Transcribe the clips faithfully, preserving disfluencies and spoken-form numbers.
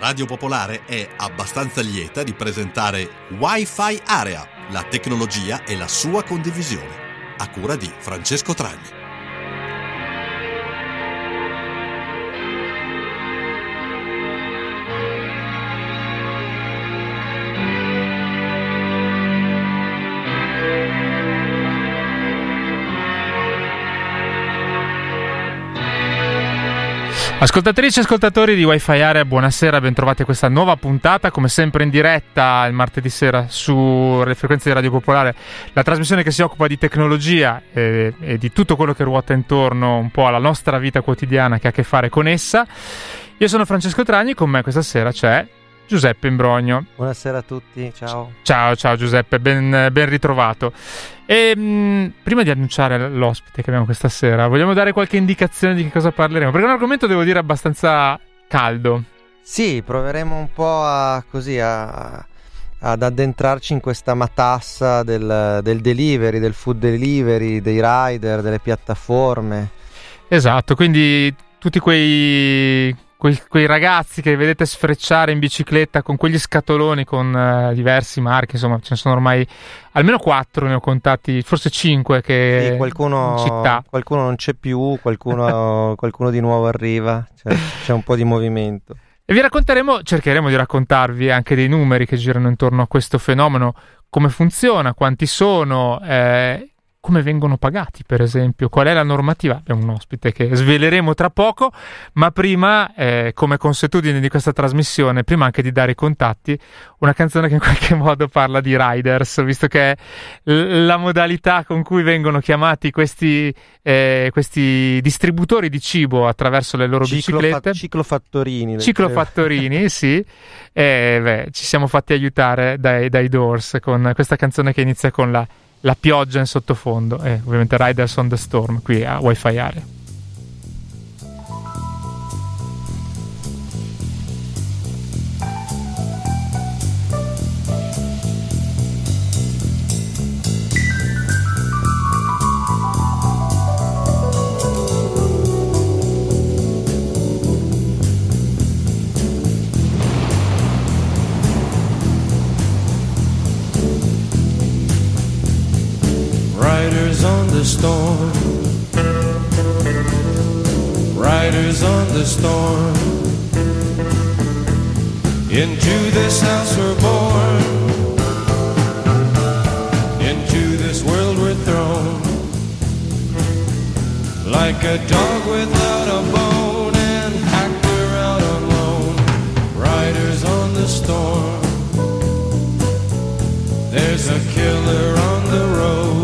Radio Popolare è abbastanza lieta di presentare Wi-Fi Area, la tecnologia e la sua condivisione, a cura di Francesco Tragni. Ascoltatrici e ascoltatori di Wi-Fi Area, buonasera, bentrovati a questa nuova puntata, come sempre in diretta il martedì sera sulle frequenze di Radio Popolare, la trasmissione che si occupa di tecnologia e, e di tutto quello che ruota intorno un po' alla nostra vita quotidiana che ha a che fare con essa. Io sono Francesco Tragni, con me questa sera c'è Giuseppe Imbrogno. Buonasera a tutti, ciao. Ciao, ciao Giuseppe, ben, ben ritrovato. E mh, prima di annunciare l'ospite che abbiamo questa sera, vogliamo dare qualche indicazione di che cosa parleremo? Perché è un argomento, devo dire, abbastanza caldo. Sì, proveremo un po' a, così, a, ad addentrarci in questa matassa del, del delivery, del food delivery, dei rider, delle piattaforme. Esatto, quindi tutti quei... Quei, quei ragazzi che vedete sfrecciare in bicicletta con quegli scatoloni con uh, diversi marchi, insomma ce ne sono ormai almeno quattro, ne ho contati, forse cinque che sì, qualcuno, in città. Qualcuno non c'è più, qualcuno, qualcuno di nuovo arriva, cioè, c'è un po' di movimento. E vi racconteremo, cercheremo di raccontarvi anche dei numeri che girano intorno a questo fenomeno, come funziona, quanti sono, eh, come vengono pagati, per esempio, qual è la normativa. Abbiamo un ospite che sveleremo tra poco, ma prima, eh, come consuetudine di questa trasmissione, prima anche di dare i contatti, una canzone che in qualche modo parla di riders, visto che è l- la modalità con cui vengono chiamati questi, eh, questi distributori di cibo attraverso le loro Ciclofa- biciclette. Ciclofattorini. Ciclofattorini, sì. E beh, ci siamo fatti aiutare dai, dai Doors con questa canzone che inizia con la la pioggia in sottofondo e ovviamente Riders on the Storm qui a Wi-Fi Area. Riders on the storm, riders on the storm, into this house we're born, into this world we're thrown, like a dog without a bone and actor out on loan. Riders on the storm, there's a killer on the road.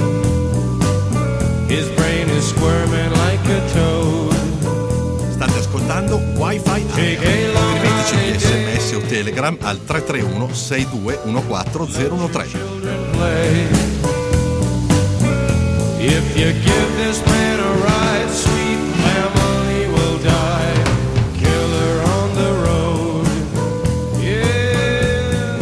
His brain is squirming like a toad. State ascoltando Wi-Fi Area. Scriveteci via sms o Telegram al tre tre uno sei due uno quattro zero uno tre. If you give this man a ride, sweet family will die. Killer on the road. Yeah.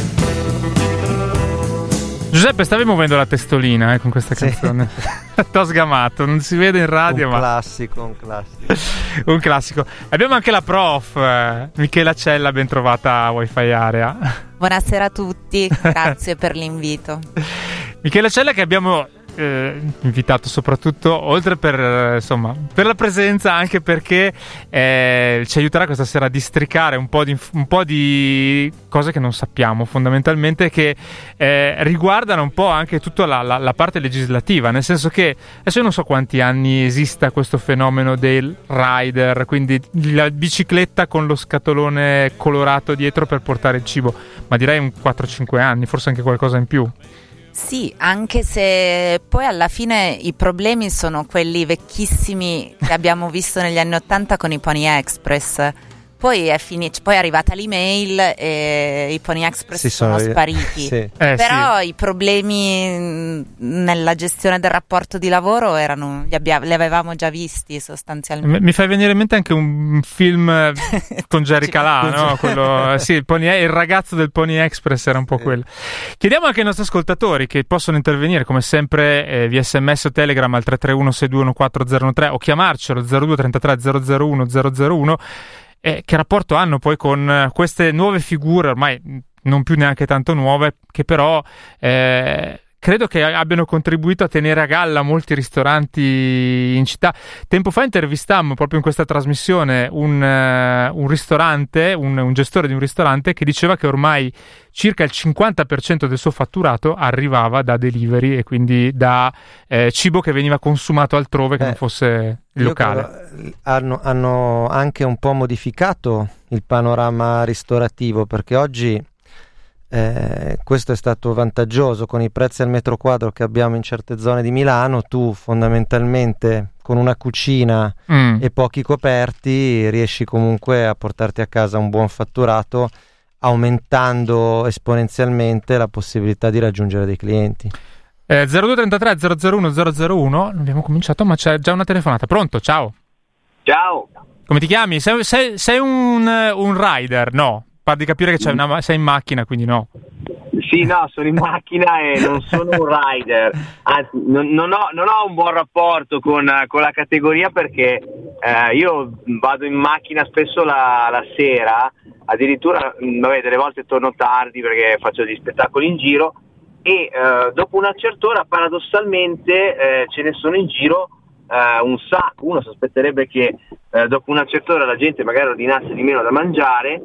Giuseppe, stavi muovendo la testolina eh, con questa canzone. Sì. T'ho sgamato, non si vede in radio, un ma classico, un classico. un classico. Abbiamo anche la prof eh, Michela Cella, ben trovata a Wi-Fi Area. Buonasera a tutti, grazie per l'invito. Michela Cella, che abbiamo eh, invitato soprattutto, oltre per eh, insomma per la presenza, anche perché eh, ci aiuterà questa sera a districare un po' di, un po' di cose che non sappiamo fondamentalmente, che eh, riguardano un po' anche tutta la, la, la parte legislativa, nel senso che adesso io non so quanti anni esista questo fenomeno del rider, quindi la bicicletta con lo scatolone colorato dietro per portare il cibo, ma direi un quattro cinque anni, forse anche qualcosa in più. Sì, anche se poi alla fine i problemi sono quelli vecchissimi che abbiamo visto negli anni ottanta con i Pony Express. Poi è, fini- poi è arrivata l'email e i Pony Express sì, sono, sono spariti. Sì. Eh, Però sì. i problemi nella gestione del rapporto di lavoro erano, li, abbia- li avevamo già visti sostanzialmente. Mi fai venire in mente anche un film con Jerry Calà, no? Quello, sì, il, Pony, il ragazzo del Pony Express era un po' quello. Chiediamo anche ai nostri ascoltatori che possono intervenire come sempre eh, via sms o Telegram al tre tre uno sei due uno quattro zero uno tre o chiamarci allo zero due trentatré zero zero uno zero zero uno. eh, che rapporto hanno poi con queste nuove figure, ormai non più neanche tanto nuove, che però eh, credo che abbiano contribuito a tenere a galla molti ristoranti in città. Tempo fa intervistammo proprio in questa trasmissione un, uh, un ristorante, un, un gestore di un ristorante, che diceva che ormai circa il cinquanta per cento del suo fatturato arrivava da delivery e quindi da eh, cibo che veniva consumato altrove che eh, non fosse il locale. Hanno, hanno anche un po' modificato il panorama ristorativo, perché oggi Eh, questo è stato vantaggioso con i prezzi al metro quadro che abbiamo in certe zone di Milano. Tu fondamentalmente con una cucina mm. e pochi coperti riesci comunque a portarti a casa un buon fatturato, aumentando esponenzialmente la possibilità di raggiungere dei clienti. eh, zero due trentatré zero zero uno zero zero uno, non abbiamo cominciato ma c'è già una telefonata. Pronto? Ciao. Ciao. Come ti chiami? Sei, sei, sei un, un rider? No, pare di capire che c'è una, sei in macchina, quindi no. Sì, no, sono in macchina e non sono un rider. Anzi, non, non, ho, non ho un buon rapporto con, con la categoria, perché eh, io vado in macchina spesso la, la sera, addirittura vabbè, delle volte torno tardi perché faccio degli spettacoli in giro, e eh, dopo una certa ora paradossalmente eh, ce ne sono in giro eh, un sacco. Uno sospetterebbe che eh, dopo una certa ora la gente magari ordinasse di meno da mangiare,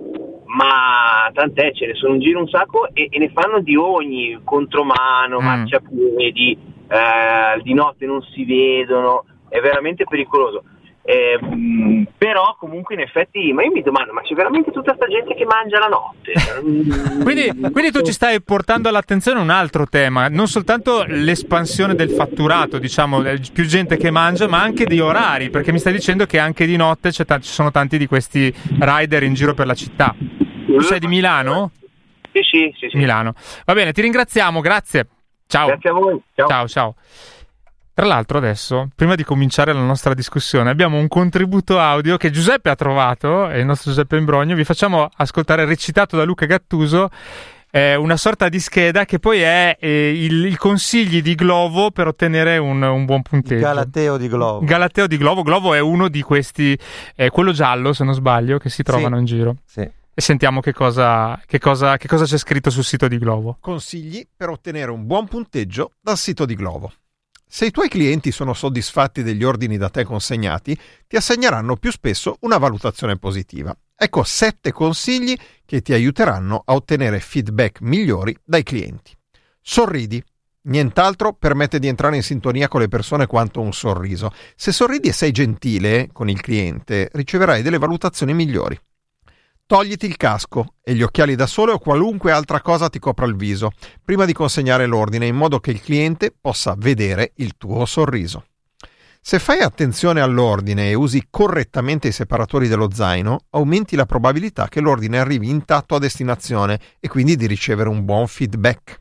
ma tant'è, ce ne sono in giro un sacco e, e ne fanno di ogni, contromano, mm. marciapiedi, eh, di notte non si vedono, è veramente pericoloso. Eh, mh, però comunque in effetti, ma io mi domando, ma c'è veramente tutta sta gente che mangia la notte? quindi, quindi tu ci stai portando all'attenzione un altro tema, non soltanto l'espansione del fatturato, diciamo, più gente che mangia, ma anche di orari, perché mi stai dicendo che anche di notte c'è t- ci sono tanti di questi rider in giro per la città. Tu sei di Milano? Sì, sì, sì, sì. Milano. Va bene, ti ringraziamo, grazie. Ciao. Grazie a voi. Ciao. Ciao, ciao. Tra l'altro adesso, prima di cominciare la nostra discussione, abbiamo un contributo audio che Giuseppe ha trovato, è il nostro Giuseppe Imbrogno. Vi facciamo ascoltare, recitato da Luca Gattuso, eh, una sorta di scheda che poi è eh, il, il consigli di Glovo per ottenere un, un buon punteggio. Il Galateo di Glovo. Galateo di Glovo. Glovo è uno di questi, eh, quello giallo se non sbaglio, che si trovano sì. in giro. Sì. E sentiamo che cosa, che, cosa, che cosa c'è scritto sul sito di Glovo. Consigli per ottenere un buon punteggio dal sito di Glovo. Se i tuoi clienti sono soddisfatti degli ordini da te consegnati, ti assegneranno più spesso una valutazione positiva. Ecco sette consigli che ti aiuteranno a ottenere feedback migliori dai clienti. Sorridi. Nient'altro permette di entrare in sintonia con le persone quanto un sorriso. Se sorridi e sei gentile con il cliente, riceverai delle valutazioni migliori. Togliti il casco e gli occhiali da sole o qualunque altra cosa ti copra il viso prima di consegnare l'ordine, in modo che il cliente possa vedere il tuo sorriso. Se fai attenzione all'ordine e usi correttamente i separatori dello zaino, aumenti la probabilità che l'ordine arrivi intatto a destinazione e quindi di ricevere un buon feedback.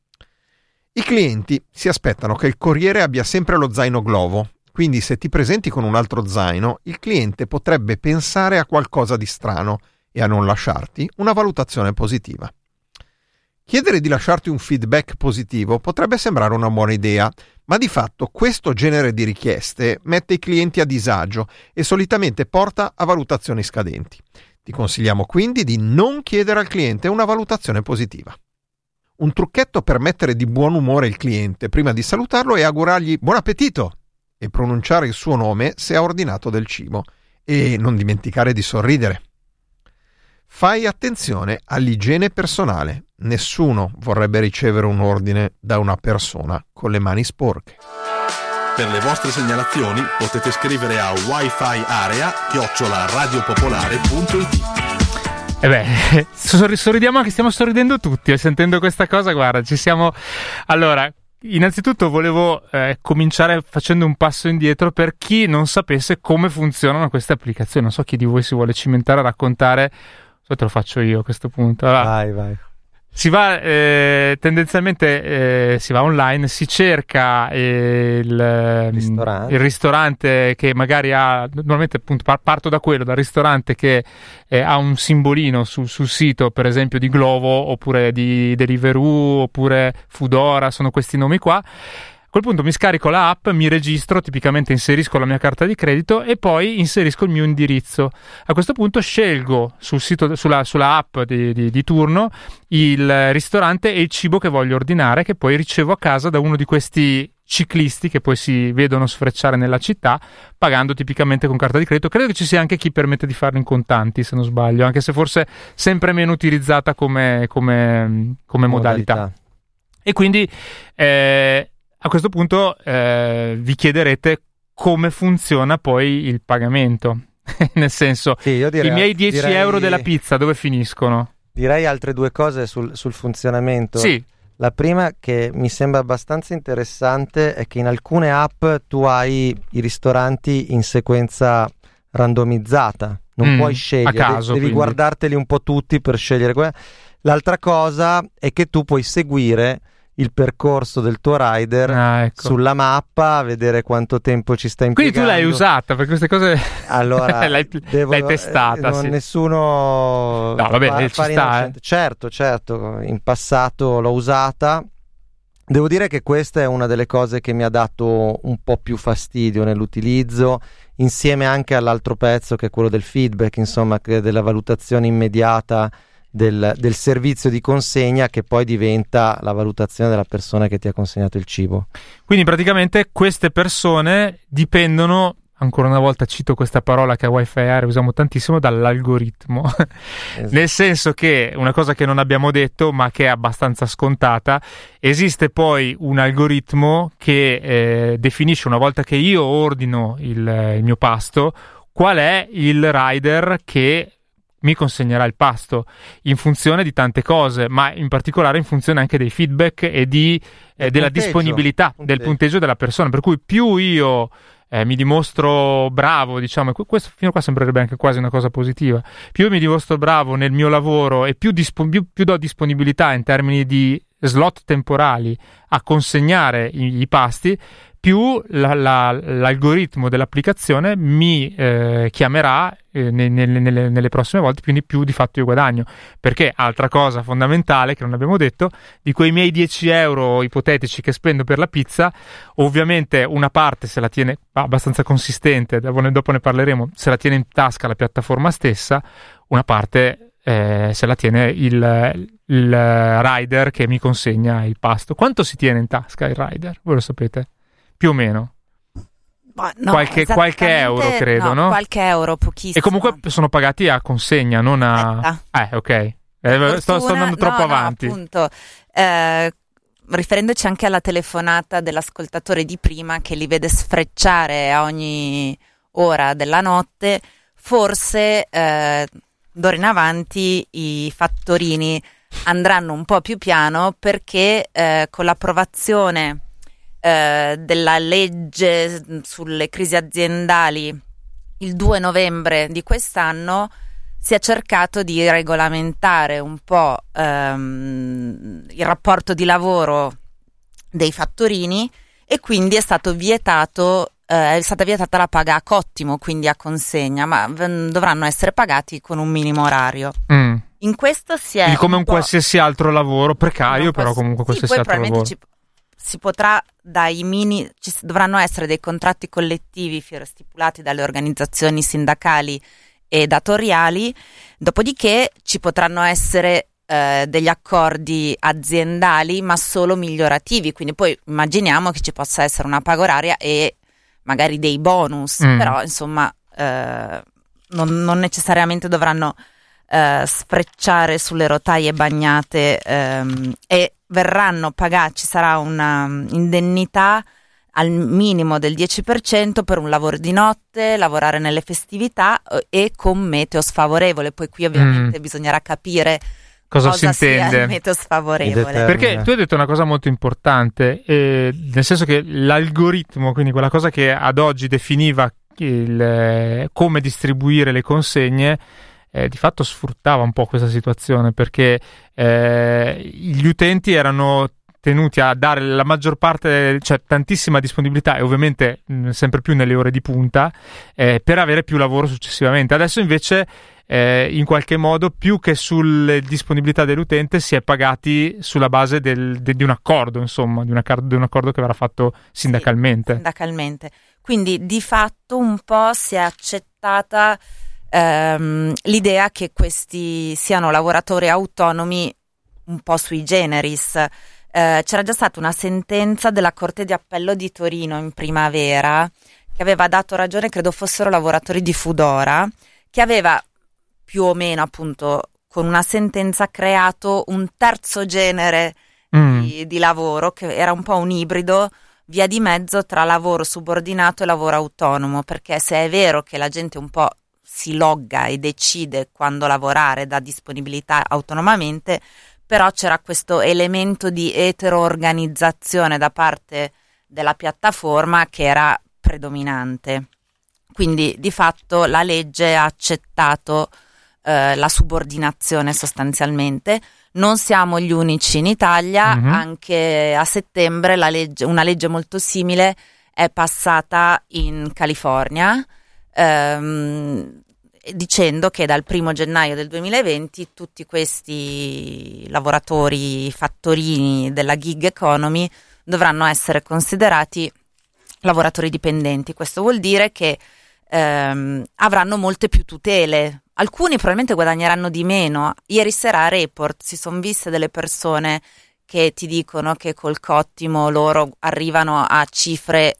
I clienti si aspettano che il corriere abbia sempre lo zaino Glovo, quindi se ti presenti con un altro zaino, il cliente potrebbe pensare a qualcosa di strano e a non lasciarti una valutazione positiva. Chiedere di lasciarti un feedback positivo potrebbe sembrare una buona idea, ma di fatto questo genere di richieste mette i clienti a disagio e solitamente porta a valutazioni scadenti. Ti consigliamo quindi di non chiedere al cliente una valutazione positiva. Un trucchetto per mettere di buon umore il cliente prima di salutarlo è augurargli buon appetito e pronunciare il suo nome se ha ordinato del cibo, e non dimenticare di sorridere. Fai attenzione all'igiene personale. Nessuno vorrebbe ricevere un ordine da una persona con le mani sporche. Per le vostre segnalazioni potete scrivere a wifi area chiocciola radiopopolare punto it. E beh, sorridiamo anche, stiamo sorridendo tutti, e sentendo questa cosa, guarda, ci siamo... Allora, innanzitutto volevo eh, cominciare facendo un passo indietro per chi non sapesse come funzionano queste applicazioni. Non so chi di voi si vuole cimentare a raccontare. So, te lo faccio io a questo punto. Allora, vai, vai. Si va eh, tendenzialmente eh, si va online, si cerca eh, il, ristorante. il ristorante che magari ha, normalmente appunto parto da quello, dal ristorante che eh, ha un simbolino sul, sul sito, per esempio di Glovo oppure di Deliveroo oppure Foodora, sono questi nomi qua. quel punto mi scarico la app, mi registro, tipicamente inserisco la mia carta di credito e poi inserisco il mio indirizzo. A questo punto scelgo sul sito, sulla, sulla app di, di, di turno il ristorante e il cibo che voglio ordinare, che poi ricevo a casa da uno di questi ciclisti che poi si vedono sfrecciare nella città, pagando tipicamente con carta di credito. Credo che ci sia anche chi permette di farlo in contanti, se non sbaglio, anche se forse sempre meno utilizzata come, come, come modalità. modalità. E quindi eh, a questo punto eh, vi chiederete come funziona poi il pagamento. Nel senso, sì, io direi, i miei dieci direi, euro della pizza dove finiscono? Direi altre due cose sul, sul funzionamento. Sì. La prima, che mi sembra abbastanza interessante, è che in alcune app tu hai i ristoranti in sequenza randomizzata, non mm, puoi scegliere, a caso, devi quindi. guardarteli un po' tutti per scegliere quella. L'altra cosa è che tu puoi seguire il percorso del tuo rider ah, ecco. sulla mappa, vedere quanto tempo ci sta Quindi impiegando. tu l'hai usata per queste cose? Allora l'hai, devo, l'hai testata, eh, non sì. nessuno no vabbè fa, ci sta, eh. certo certo in passato l'ho usata. Devo dire che questa è una delle cose che mi ha dato un po' più fastidio nell'utilizzo, insieme anche all'altro pezzo che è quello del feedback, insomma, che della valutazione immediata Del, del servizio di consegna, che poi diventa la valutazione della persona che ti ha consegnato il cibo. Quindi praticamente queste persone dipendono, ancora una volta cito questa parola che a Wi-Fi Area usiamo tantissimo, dall'algoritmo. Esatto. Nel senso che, una cosa che non abbiamo detto ma che è abbastanza scontata, esiste poi un algoritmo che eh, definisce, una volta che io ordino il, il mio pasto, qual è il rider che mi consegnerà il pasto, in funzione di tante cose, ma in particolare in funzione anche dei feedback e di, eh, della punteggio, disponibilità punteggio. del punteggio della persona, per cui più io eh, mi dimostro bravo, diciamo, e questo fino a qua sembrerebbe anche quasi una cosa positiva, più io mi dimostro bravo nel mio lavoro e più, dispo- più, più do disponibilità in termini di slot temporali a consegnare i, i pasti, più la, la, l'algoritmo dell'applicazione mi eh, chiamerà eh, ne, ne, nelle, nelle prossime volte, quindi più di fatto io guadagno. Perché, altra cosa fondamentale che non abbiamo detto, di quei miei dieci euro ipotetici che spendo per la pizza, ovviamente una parte se la tiene abbastanza consistente, dopo ne parleremo, se la tiene in tasca la piattaforma stessa, una parte eh, se la tiene il, il rider che mi consegna il pasto. Quanto si tiene in tasca il rider? Voi lo sapete? Più o meno. No, qualche, qualche euro credo, no? Qualche euro, pochissimo. E comunque sono pagati a consegna, non a... Eh, ok. Eh, fortuna, sto, sto andando troppo no, avanti. No, appunto. Eh, riferendoci anche alla telefonata dell'ascoltatore di prima, che li vede sfrecciare a ogni ora della notte, forse eh, d'ora in avanti i fattorini andranno un po' più piano, perché eh, con l'approvazione Eh, della legge sulle crisi aziendali il due novembre di quest'anno, si è cercato di regolamentare un po' ehm, il rapporto di lavoro dei fattorini, e quindi è stato vietato eh, è stata vietata la paga a cottimo, quindi a consegna, ma v- dovranno essere pagati con un minimo orario. Mm. In questo si è Quindi come un, un po'... qualsiasi altro lavoro precario, Non però posso- comunque sì, qualsiasi poi altro lavoro. probabilmente ci- si potrà dai mini ci s- dovranno essere dei contratti collettivi fi- stipulati dalle organizzazioni sindacali e datoriali, dopodiché ci potranno essere eh, degli accordi aziendali, ma solo migliorativi, quindi poi immaginiamo che ci possa essere una paga oraria e magari dei bonus, Mm. però insomma eh, non, non necessariamente dovranno eh, sfrecciare sulle rotaie bagnate, ehm, e verranno pagati, ci sarà una indennità al minimo del dieci per cento per un lavoro di notte, lavorare nelle festività eh, e con meteo sfavorevole. Poi qui ovviamente Mm. bisognerà capire Cosa, cosa si sia intende? il meteo sfavorevole. Determina. Perché tu hai detto una cosa molto importante, eh, nel senso che l'algoritmo, quindi quella cosa che ad oggi definiva il, eh, come distribuire le consegne, eh, di fatto sfruttava un po' questa situazione, perché eh, gli utenti erano tenuti a dare la maggior parte, cioè tantissima disponibilità, e ovviamente mh, sempre più nelle ore di punta, eh, per avere più lavoro successivamente. Adesso invece eh, in qualche modo, più che sulle disponibilità dell'utente, si è pagati sulla base del, de, di un accordo, insomma, di, una, di un accordo che verrà fatto sindacalmente. Sì, sindacalmente. Quindi di fatto un po' si è accettata ehm, l'idea che questi siano lavoratori autonomi un po' sui generis. Eh, c'era già stata una sentenza della Corte di Appello di Torino in primavera che aveva dato ragione, credo fossero lavoratori di Foodora, che aveva più o meno appunto con una sentenza creato un terzo genere mm. di, di lavoro che era un po' un ibrido, via di mezzo tra lavoro subordinato e lavoro autonomo, perché se è vero che la gente un po' si logga e decide quando lavorare, dà disponibilità autonomamente, però c'era questo elemento di etero-organizzazione da parte della piattaforma che era predominante. Quindi di fatto la legge ha accettato eh, la subordinazione sostanzialmente. Non siamo gli unici in Italia, mm-hmm. anche a settembre la legge, una legge molto simile è passata in California, ehm, dicendo che dal primo gennaio del duemilaventi tutti questi lavoratori fattorini della gig economy dovranno essere considerati lavoratori dipendenti. Questo vuol dire che ehm, avranno molte più tutele. Alcuni probabilmente guadagneranno di meno. Ieri sera a Report si sono viste delle persone che ti dicono che col cottimo loro arrivano a cifre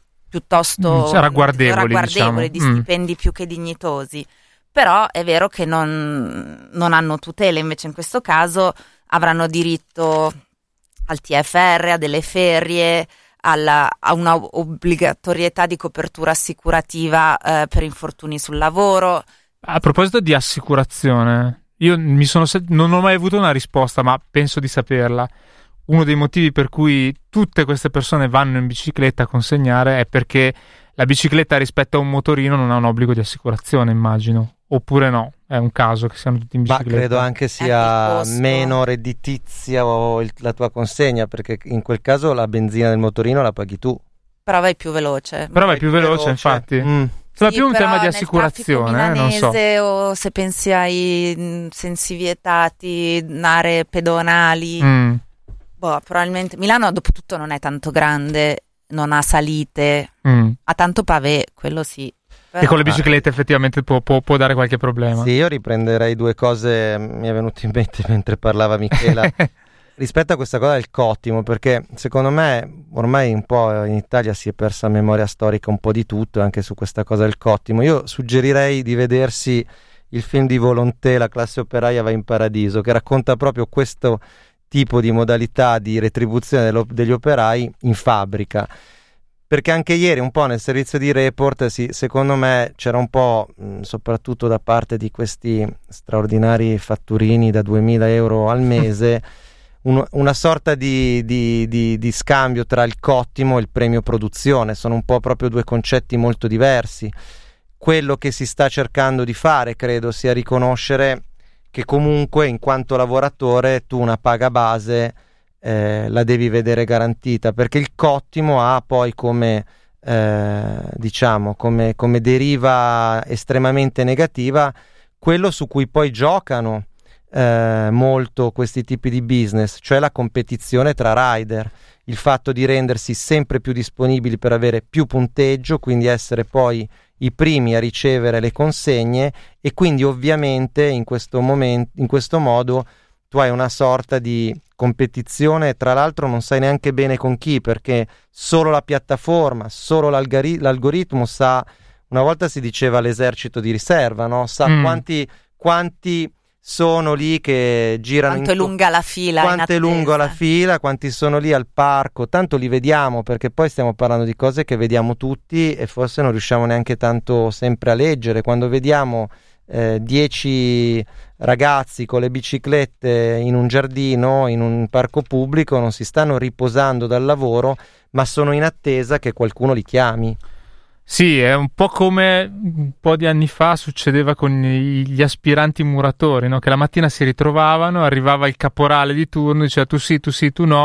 piuttosto mm, ragguardevoli, ragguardevoli diciamo. di mm. stipendi più che dignitosi. Però è vero che non, non hanno tutele, invece in questo caso avranno diritto al T F R, a delle ferie, alla, a una obbligatorietà di copertura assicurativa eh, per infortuni sul lavoro. A proposito di assicurazione, io mi sono se- non ho mai avuto una risposta, ma penso di saperla. Uno dei motivi per cui tutte queste persone vanno in bicicletta a consegnare è perché la bicicletta rispetto a un motorino non ha un obbligo di assicurazione, immagino. Oppure no, è un caso che siano tutti in bicicletta. Ma credo anche sia meno redditizia o il, la tua consegna, perché in quel caso la benzina del motorino la paghi tu. Però vai più veloce. Però vai più veloce, veloce. infatti. Mm. Sarà sì, più un tema di assicurazione, eh, non so. O se pensi ai sensi vietati, aree pedonali, mm. boh, probabilmente Milano dopo tutto non è tanto grande, non ha salite, mm. ha tanto pavé, quello sì. Però... E con le biciclette effettivamente può, può, può dare qualche problema. Sì, io riprenderei due cose, mi è venuto in mente mentre parlava Michela, rispetto a questa cosa del cottimo, perché secondo me ormai un po' in Italia si è persa a memoria storica un po' di tutto, anche su questa cosa del cottimo. Io suggerirei di vedersi il film di Volonté, La classe operaia va in paradiso, che racconta proprio questo tipo di modalità di retribuzione degli operai in fabbrica. Perché anche ieri un po' nel servizio di Report sì, secondo me c'era un po', mh, soprattutto da parte di questi straordinari fatturini da duemila euro al mese, un, una sorta di, di, di, di scambio tra il cottimo e il premio produzione. Sono un po' proprio due concetti molto diversi. Quello che si sta cercando di fare credo sia riconoscere che comunque in quanto lavoratore tu una paga base Eh, la devi vedere garantita, perché il cottimo ha poi come eh, diciamo come, come deriva estremamente negativa quello su cui poi giocano eh, molto questi tipi di business, cioè la competizione tra rider, il fatto di rendersi sempre più disponibili per avere più punteggio, quindi essere poi i primi a ricevere le consegne, e quindi ovviamente in questo momento, in questo modo tu hai una sorta di competizione, tra l'altro non sai neanche bene con chi, perché solo la piattaforma, solo l'algari- l'algoritmo sa, una volta si diceva l'esercito di riserva, no? Sa mm. quanti, quanti sono lì che girano, quanto in è lunga la fila, quanto è lunga la fila, quanti sono lì al parco, tanto li vediamo, perché poi stiamo parlando di cose che vediamo tutti e forse non riusciamo neanche tanto sempre a leggere. Quando vediamo eh, dieci ragazzi con le biciclette in un giardino, in un parco pubblico, non si stanno riposando dal lavoro, ma sono in attesa che qualcuno li chiami. Sì, è un po' come un po' di anni fa succedeva con gli aspiranti muratori, no? Che la mattina si ritrovavano, arrivava il caporale di turno, diceva tu sì, tu sì, tu no,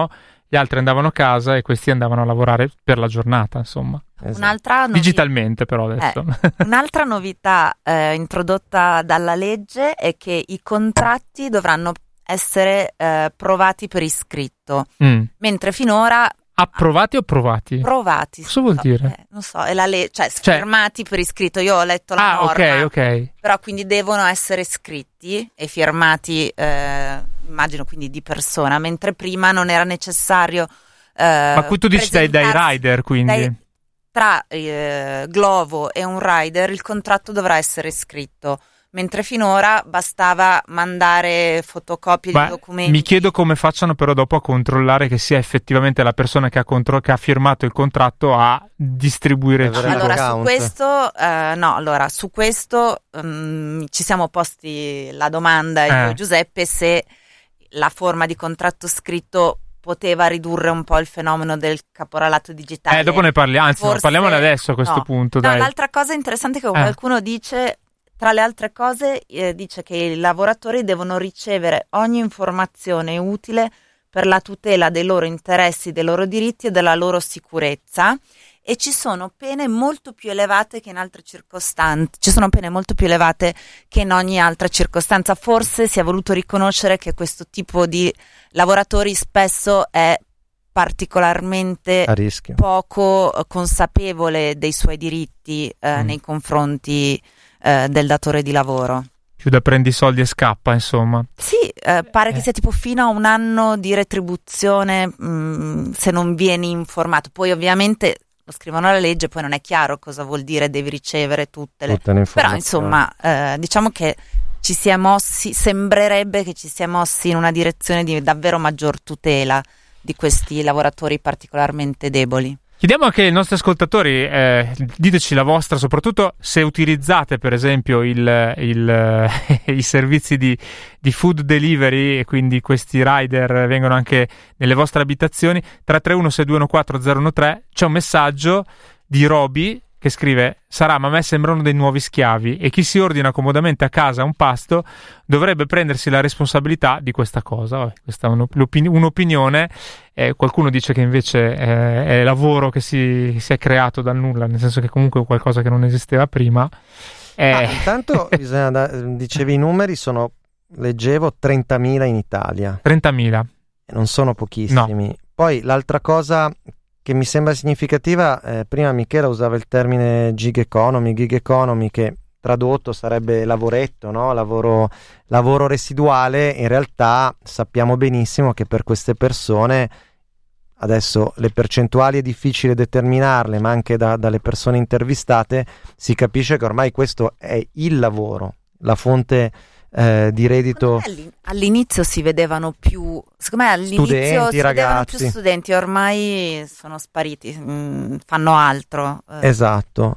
gli altri andavano a casa e questi andavano a lavorare per la giornata, insomma. Esatto. Un'altra novi- Digitalmente però adesso. Eh, un'altra novità eh, introdotta dalla legge è che i contratti dovranno essere eh, provati per iscritto, Mm. mentre finora Approvati o provati? provati. Cosa vuol so, dire? eh, non so, è la legge, cioè Cioè- firmati per iscritto. Io ho letto la Ah, norma, ok, ok. però quindi devono essere scritti e firmati, eh, immagino quindi di persona, mentre prima non era necessario. eh, Ma qui tu dici dai, dai presentarsi- rider, quindi. dai- tra eh, Glovo e un rider il contratto dovrà essere scritto, mentre finora bastava mandare fotocopie Ma di documenti. mi chiedo come facciano però dopo a controllare che sia effettivamente la persona che ha, contro- che ha firmato il contratto a distribuire il Avere cibo. Allora, su l'account. questo, eh, no, allora, su questo ehm, ci siamo posti la domanda, io Eh. e Giuseppe, se la forma di contratto scritto poteva ridurre un po' il fenomeno del caporalato digitale. Eh, dopo ne parliamo, anzi, no, Forse- parliamone adesso a questo no. punto, No, dai. l'altra cosa interessante è che Eh. qualcuno dice, tra le altre cose, eh, dice che i lavoratori devono ricevere ogni informazione utile per la tutela dei loro interessi, dei loro diritti e della loro sicurezza, e ci sono pene molto più elevate che in altre circostanze, ci sono pene molto più elevate che in ogni altra circostanza. Forse si è voluto riconoscere che questo tipo di lavoratori spesso è particolarmente A rischio. poco eh, consapevole dei suoi diritti eh, Mm. nei confronti eh, del datore di lavoro. Più da prendi i soldi e scappa, insomma. Sì, eh, pare che Eh. sia tipo fino a un anno di retribuzione mh, se non vieni informato. Poi ovviamente lo scrivono alla legge, poi non è chiaro cosa vuol dire devi ricevere tutte le... Tutte le Però informazioni. insomma, eh, diciamo che ci si è mossi, sembrerebbe che ci si è mossi in una direzione di davvero maggior tutela di questi lavoratori particolarmente deboli. Chiediamo anche ai nostri ascoltatori, eh, diteci la vostra, soprattutto se utilizzate per esempio il, il, i servizi di, di food delivery, e quindi questi rider vengono anche nelle vostre abitazioni. Tre tre uno sei due uno quattro zero uno tre, c'è un messaggio di Roby che scrive: Sarà, ma a me sembrano dei nuovi schiavi, e chi si ordina comodamente a casa un pasto dovrebbe prendersi la responsabilità di questa cosa. Vabbè, questa è un'opin- un'opinione. Eh, qualcuno dice che invece eh, è lavoro che si, si è creato dal nulla, nel senso che comunque è qualcosa che non esisteva prima. Eh, Ah, intanto bisogna da- dicevi i numeri, sono, leggevo, trentamila in Italia, trentamila. e non sono pochissimi. Poi l'altra cosa che mi sembra significativa, eh, prima Michela usava il termine gig economy, gig economy, che tradotto sarebbe lavoretto, no? lavoro, lavoro residuale. In realtà sappiamo benissimo che per queste persone, adesso le percentuali è difficile determinarle, ma anche da- dalle persone intervistate si capisce che ormai questo è il lavoro, la fonte eh, di reddito. All'in- All'inizio si vedevano più, secondo me all'inizio Studenti, si vedevano ragazzi. più studenti, ormai sono spariti, mm, fanno altro. eh. Esatto,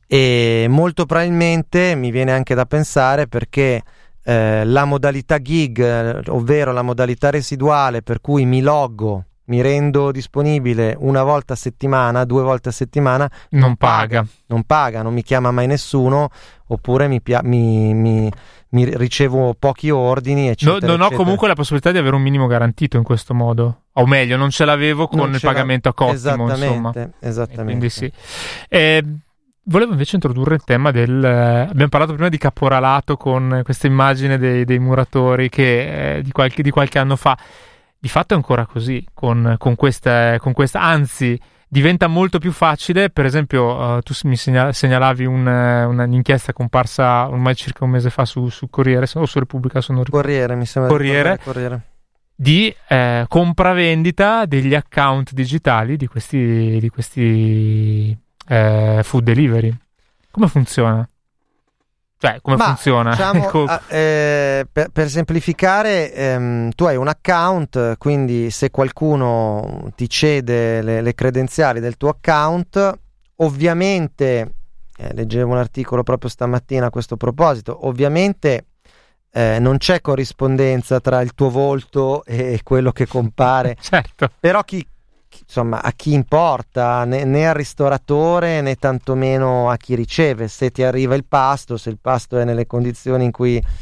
e molto probabilmente mi viene anche da pensare perché eh, la modalità gig, eh, ovvero la modalità residuale per cui mi loggo, mi rendo disponibile una volta a settimana, due volte a settimana, Non paga. non paga, non mi chiama mai nessuno, oppure mi, pia- mi, mi- mi ricevo pochi ordini, No, eccetera. non ho eccetera. comunque la possibilità di avere un minimo garantito in questo modo, o meglio, non ce l'avevo con Non il c'era- pagamento a cottimo, esattamente, insomma. E esattamente. quindi sì. Eh, volevo invece introdurre il tema del... eh, abbiamo parlato prima di caporalato con questa immagine dei, dei muratori che eh, di, qualche, di qualche anno fa. Di fatto è ancora così, con, con, questa, con questa, anzi diventa molto più facile. Per esempio, uh, tu mi segnal- segnalavi un, uh, una, un'inchiesta comparsa ormai circa un mese fa su, su Corriere o su Repubblica, se non ricordo, Corriere, mi sembra. di Corriere. ricordare, Corriere. di eh, compravendita degli account digitali di questi, di questi eh, food delivery. Come funziona? Cioè, come Ma, funziona? diciamo, Ecco. ah, eh, per, per semplificare, ehm, tu hai un account, quindi se qualcuno ti cede le, le credenziali del tuo account, ovviamente, eh, leggevo un articolo proprio stamattina a questo proposito, ovviamente eh, non c'è corrispondenza tra il tuo volto e quello che compare, Certo. però chi, chi- insomma, a chi importa, né, né al ristoratore né tantomeno a chi riceve. Se ti arriva il pasto, se il pasto è nelle condizioni in cui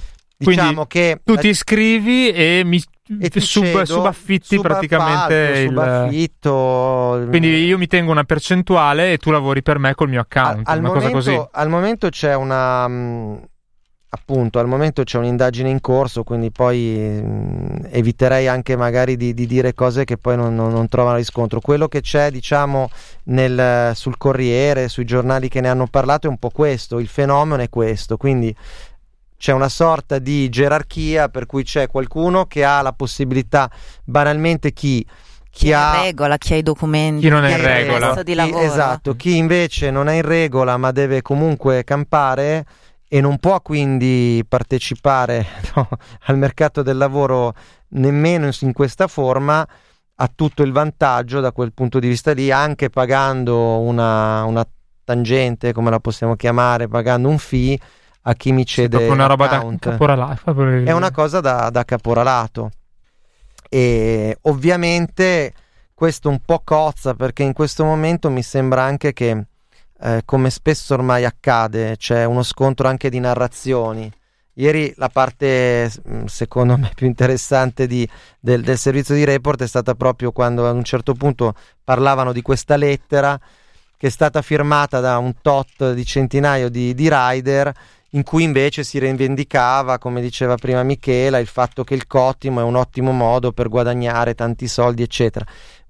Diciamo che tu ti iscrivi e mi e ti sub, cedo, subaffitti praticamente il subaffitto. Quindi io mi tengo una percentuale e tu lavori per me col mio account, al, al una momento, cosa così. Al momento c'è una mh, appunto al momento c'è un'indagine in corso, quindi poi mh, eviterei anche magari di, di dire cose che poi non, non, non trovano riscontro. Quello che c'è, diciamo, nel, sul Corriere, sui giornali che ne hanno parlato è un po' questo, il fenomeno è questo, quindi c'è una sorta di gerarchia per cui c'è qualcuno che ha la possibilità, banalmente chi chi, chi ha in regola, chi ha i documenti, chi non è chi in ha il regola. permesso di chi- lavoro. esatto, chi invece non è in regola ma deve comunque campare e non può quindi partecipare no, al mercato del lavoro nemmeno in questa forma, ha tutto il vantaggio da quel punto di vista lì, anche pagando una, una tangente, come la possiamo chiamare, pagando un fee a chi mi Sì, cede proprio una roba da account. caporalato. È una cosa da, da caporalato, e ovviamente questo un po' cozza, perché in questo momento mi sembra anche che eh, come spesso ormai accade c'è uno scontro anche di narrazioni. Ieri la parte secondo me più interessante di, del, del servizio di Report è stata proprio quando a un certo punto parlavano di questa lettera che è stata firmata da un tot di centinaio di, di rider, in cui invece si rivendicava, come diceva prima Michela, il fatto che il cottimo è un ottimo modo per guadagnare tanti soldi, eccetera.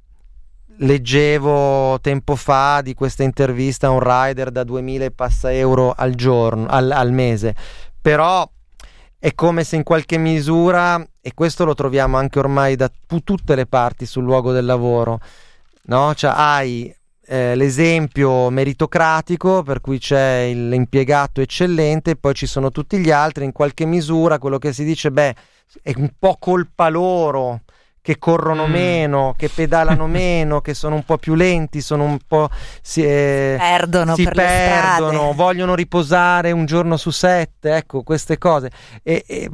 Leggevo tempo fa di questa intervista a un rider da duemila e passa euro al giorno, al, al mese, però è come se in qualche misura, e questo lo troviamo anche ormai da pu- tutte le parti sul luogo del lavoro, no? Cioè hai Eh, l'esempio meritocratico per cui c'è il- l'impiegato eccellente e poi ci sono tutti gli altri. In qualche misura quello che si dice, beh, è un po' colpa loro che corrono Mm. meno, che pedalano meno, che sono un po' più lenti, sono un po' si, eh, Perdono si per le perdono, strade. vogliono riposare un giorno su sette, ecco, queste cose. E, e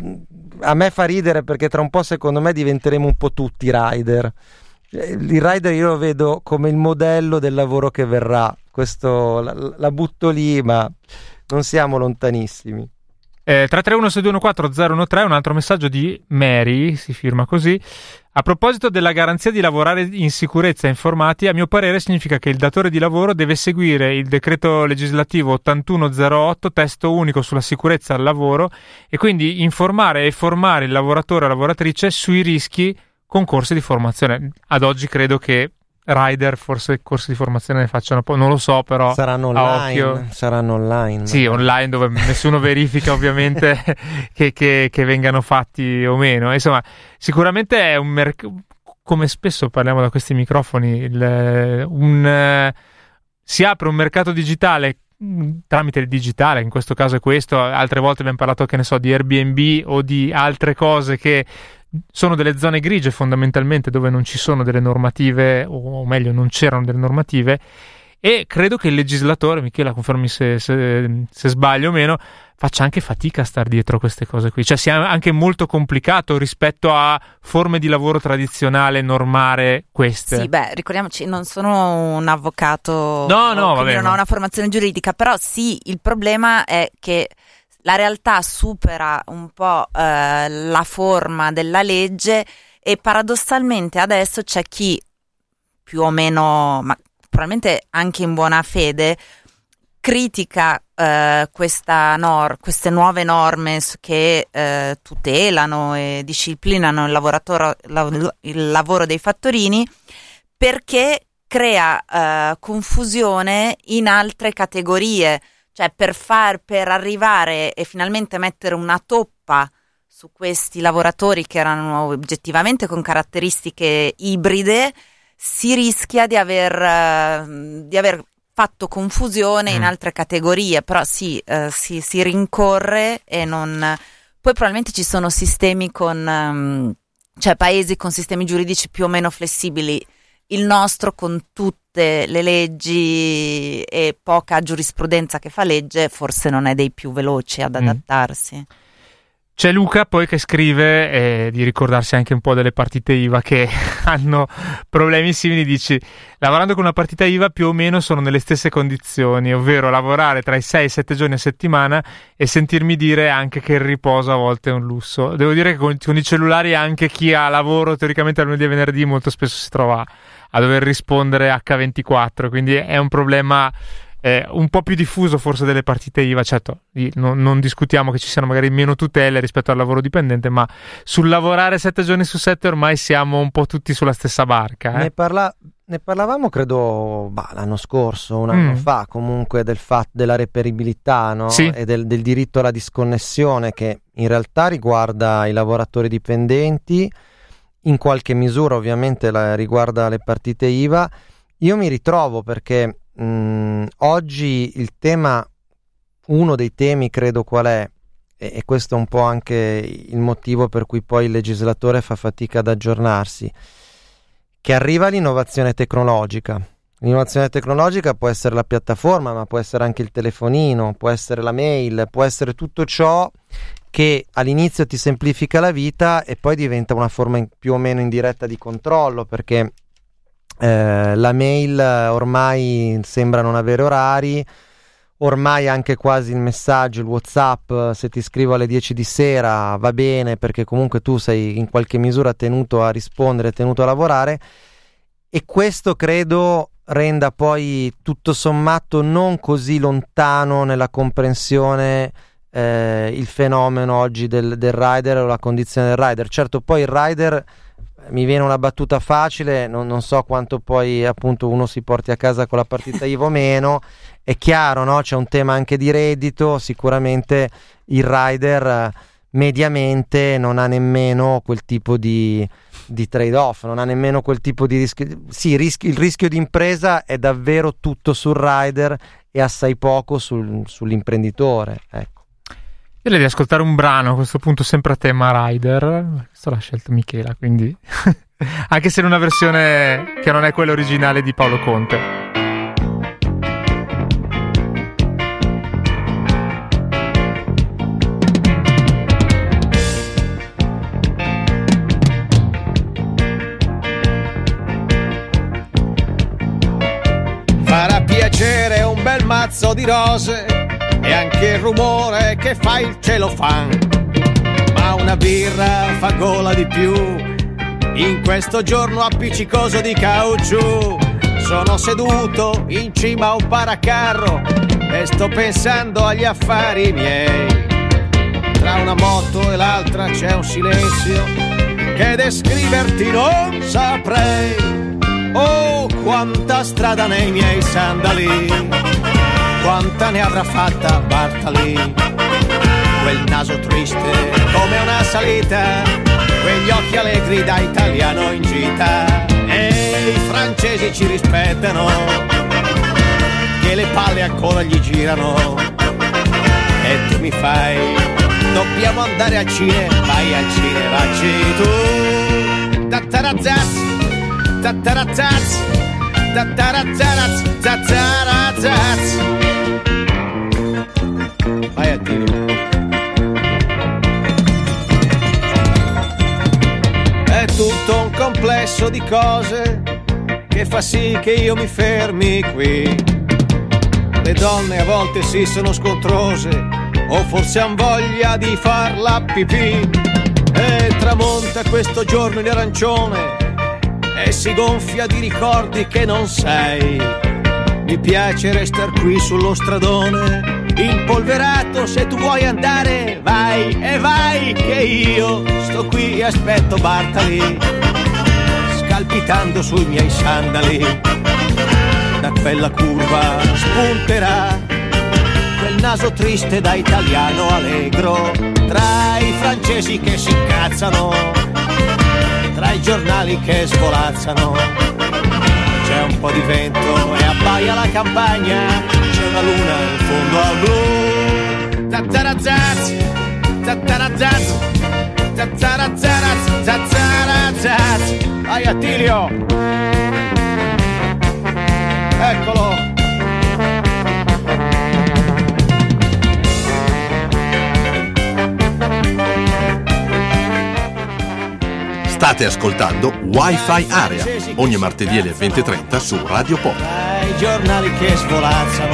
a me fa ridere perché tra un po' secondo me diventeremo un po' tutti rider. Il rider io lo vedo come il modello del lavoro che verrà. Questo la, la butto lì, ma non siamo lontanissimi. Eh, tre tre uno sei due uno quattro zero uno tre, un altro messaggio di Mary, si firma così. A proposito della garanzia di lavorare in sicurezza e informati, a mio parere significa che il datore di lavoro deve seguire il decreto legislativo ottantuno zero otto, testo unico sulla sicurezza al lavoro, e quindi informare e formare il lavoratore o lavoratrice sui rischi con corsi di formazione. Ad oggi credo che rider forse corsi di formazione ne facciano un po', non lo so, però Saranno a online, occhio. saranno online. Sì, online, dove nessuno verifica ovviamente che, che, che vengano fatti o meno. Insomma, sicuramente è un mercato, come spesso parliamo da questi microfoni, il, un, eh, si apre un mercato digitale mh, tramite il digitale, in questo caso è questo. Altre volte abbiamo parlato, che ne so, di Airbnb o di altre cose che sono delle zone grigie fondamentalmente, dove non ci sono delle normative, o meglio non c'erano delle normative, e credo che il legislatore, Michela confermi se, se, se sbaglio o meno, faccia anche fatica a star dietro a queste cose qui, cioè sia anche molto complicato rispetto a forme di lavoro tradizionale normare queste. Sì, beh, ricordiamoci, non sono un avvocato, No, no, quindi vabbè, non ma- ho una formazione giuridica, però sì, il problema è che la realtà supera un po' eh, la forma della legge, e paradossalmente adesso c'è chi più o meno, ma probabilmente anche in buona fede, critica eh, questa nor- queste nuove norme s- che eh, tutelano e disciplinano il, lavoratore- la- il lavoro dei fattorini, perché crea eh, confusione in altre categorie. Cioè per far per arrivare e finalmente mettere una toppa su questi lavoratori che erano oggettivamente con caratteristiche ibride, si rischia di aver, eh, di aver fatto confusione Mm. in altre categorie, però sì, eh, si, si rincorre e non... Poi probabilmente ci sono sistemi con... ehm, cioè paesi con sistemi giuridici più o meno flessibili. Il nostro, con tutte le leggi e poca giurisprudenza che fa legge, forse non è dei più veloci ad Mm. adattarsi. C'è Luca poi che scrive eh, di ricordarsi anche un po' delle partite I V A che hanno problemi simili. Dici: lavorando con una partita I V A più o meno sono nelle stesse condizioni, ovvero lavorare tra i sei e i sette giorni a settimana e sentirmi dire anche che il riposo a volte è un lusso. Devo dire che con, con i cellulari anche chi ha lavoro teoricamente lunedì e venerdì molto spesso si trova a dover rispondere acca ventiquattro, quindi è un problema eh, un po' più diffuso forse delle partite I V A. Certo, non, non discutiamo che ci siano magari meno tutele rispetto al lavoro dipendente, ma sul lavorare sette giorni su sette ormai siamo un po' tutti sulla stessa barca. Eh? Ne, parla- ne parlavamo credo bah, l'anno scorso, un anno Mm. fa comunque, del fatto della reperibilità, no? Sì. E del, del diritto alla disconnessione, che in realtà riguarda i lavoratori dipendenti, in qualche misura ovviamente la, riguarda le partite I V A. Io mi ritrovo perché mh, oggi il tema, uno dei temi credo qual è, e, e questo è un po' anche il motivo per cui poi il legislatore fa fatica ad aggiornarsi, che arriva l'innovazione tecnologica. L'innovazione tecnologica può essere la piattaforma, ma può essere anche il telefonino, può essere la mail, può essere tutto ciò che all'inizio ti semplifica la vita e poi diventa una forma in- più o meno indiretta di controllo, perché eh, la mail ormai sembra non avere orari, ormai anche quasi il messaggio, il WhatsApp, se ti scrivo alle dieci di sera va bene, perché comunque tu sei in qualche misura tenuto a rispondere, tenuto a lavorare, e questo credo renda poi tutto sommato non così lontano nella comprensione eh, il fenomeno oggi del, del rider o la condizione del rider. Certo, poi il rider, mi viene una battuta facile, non, non so quanto poi appunto uno si porti a casa con la partita I V A o meno, è chiaro, no? C'è un tema anche di reddito, sicuramente il rider eh, mediamente non ha nemmeno quel tipo di, di trade-off, non ha nemmeno quel tipo di rischio. Sì, rischi, il rischio di impresa è davvero tutto sul rider e assai poco sul, sull'imprenditore, ecco. Io direi di ascoltare un brano a questo punto sempre a tema rider. Questa l'ha scelto Michela, quindi anche se in una versione che non è quella originale di Paolo Conte. Farà piacere un bel mazzo di rose e anche il rumore che fa il celofan, ma una birra fa gola di più in questo giorno appiccicoso di caucciù. Sono seduto in cima a un paracarro e sto pensando agli affari miei. Tra una moto e l'altra c'è un silenzio che descriverti non saprei. Oh, quanta strada nei miei sandali, quanta ne avrà fatta Bartali. Quel naso triste come una salita, quegli occhi allegri da italiano in gita. E i francesi ci rispettano, che le palle ancora gli girano. E tu mi fai, dobbiamo andare al cinema, vai al cinema, vacci tu. Tattarazzaz, tattarazzaz, tattarazzaz, tattarazzaz. Vai a dire. È tutto un complesso di cose che fa sì che io mi fermi qui. Le donne a volte sì sono scontrose, o forse han voglia di far la pipì. E tramonta questo giorno in arancione e si gonfia di ricordi che non sei. Mi piace restar qui sullo stradone impolverato, se tu vuoi andare vai e vai, che io sto qui e aspetto Bartali scalpitando sui miei sandali. Da quella curva spunterà quel naso triste da italiano allegro, tra i francesi che si incazzano, tra i giornali che svolazzano. C'è un po' di vento e abbaia la campagna, c'è una luna in fondo al blu. Tattarazzaz, tattarazzaz, tattarazzaz, tattarazzaz. Vai Attilio, eccolo. State ascoltando Wi-Fi Area, ogni martedì alle venti e trenta su Radio Pop. I giornali che svolazzano,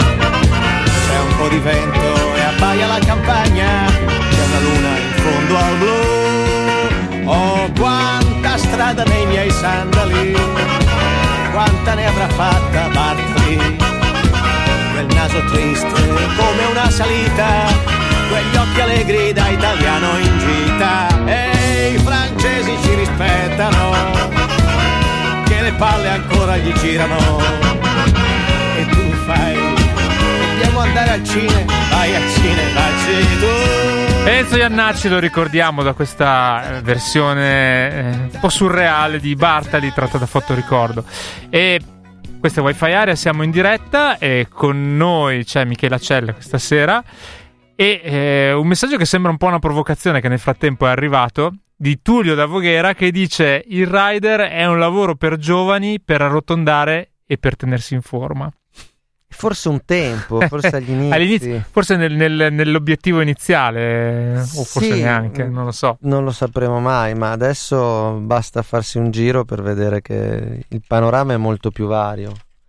c'è un po' di vento e abbaia la campagna, c'è una luna in fondo al blu. Oh, quanta strada nei miei sandali, quanta ne avrà fatta Bartali, quel naso triste come una salita, quegli occhi allegri da italiano in gita. E i francesi ci rispettano, che le palle ancora gli girano. E tu mi fai, dobbiamo andare al cinema, vai al cinema, vacci tu. Enzo Iannacci lo ricordiamo da questa versione eh, un po' surreale di Bartali tratta da Fotoricordo. E questa è Wi-Fi Area, siamo in diretta e con noi c'è Michela Cella questa sera. E eh, un messaggio che sembra un po' una provocazione che nel frattempo è arrivato di Tullio da Voghera, che dice: il rider è un lavoro per giovani, per arrotondare e per tenersi in forma. Forse un tempo, forse agli inizi. All'inizio, forse nel, nel, nell'obiettivo iniziale, o forse sì, neanche, non lo so. Non lo sapremo mai, ma adesso basta farsi un giro per vedere che il panorama è molto più vario.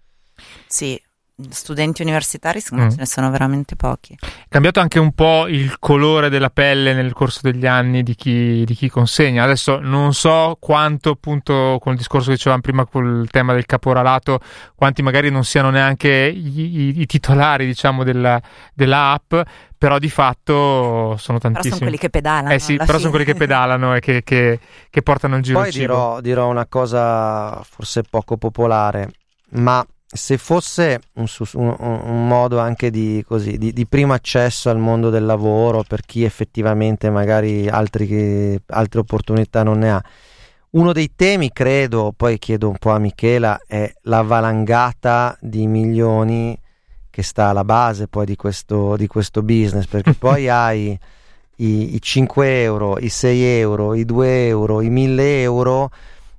Sì, studenti universitari secondo me Mm. ce ne sono veramente pochi. È cambiato anche un po' il colore della pelle nel corso degli anni di chi, di chi consegna. Adesso non so quanto, appunto, con il discorso che dicevamo prima col tema del caporalato, quanti magari non siano neanche i, i, i titolari, diciamo, della, della app, però di fatto sono tantissimi. Però sono quelli che pedalano. Eh sì, alla però fine. sono quelli che pedalano e che, che, che portano in giro Poi il cibo. dirò, dirò una cosa forse poco popolare, ma se fosse un, un, un modo anche di, così, di, di primo accesso al mondo del lavoro per chi effettivamente magari altri, altre opportunità non ne ha, uno dei temi, credo, poi chiedo un po' a Michela, è la valangata di milioni che sta alla base poi di questo, di questo business, perché poi hai i, i cinque euro, i sei euro, i due euro, i mille euro,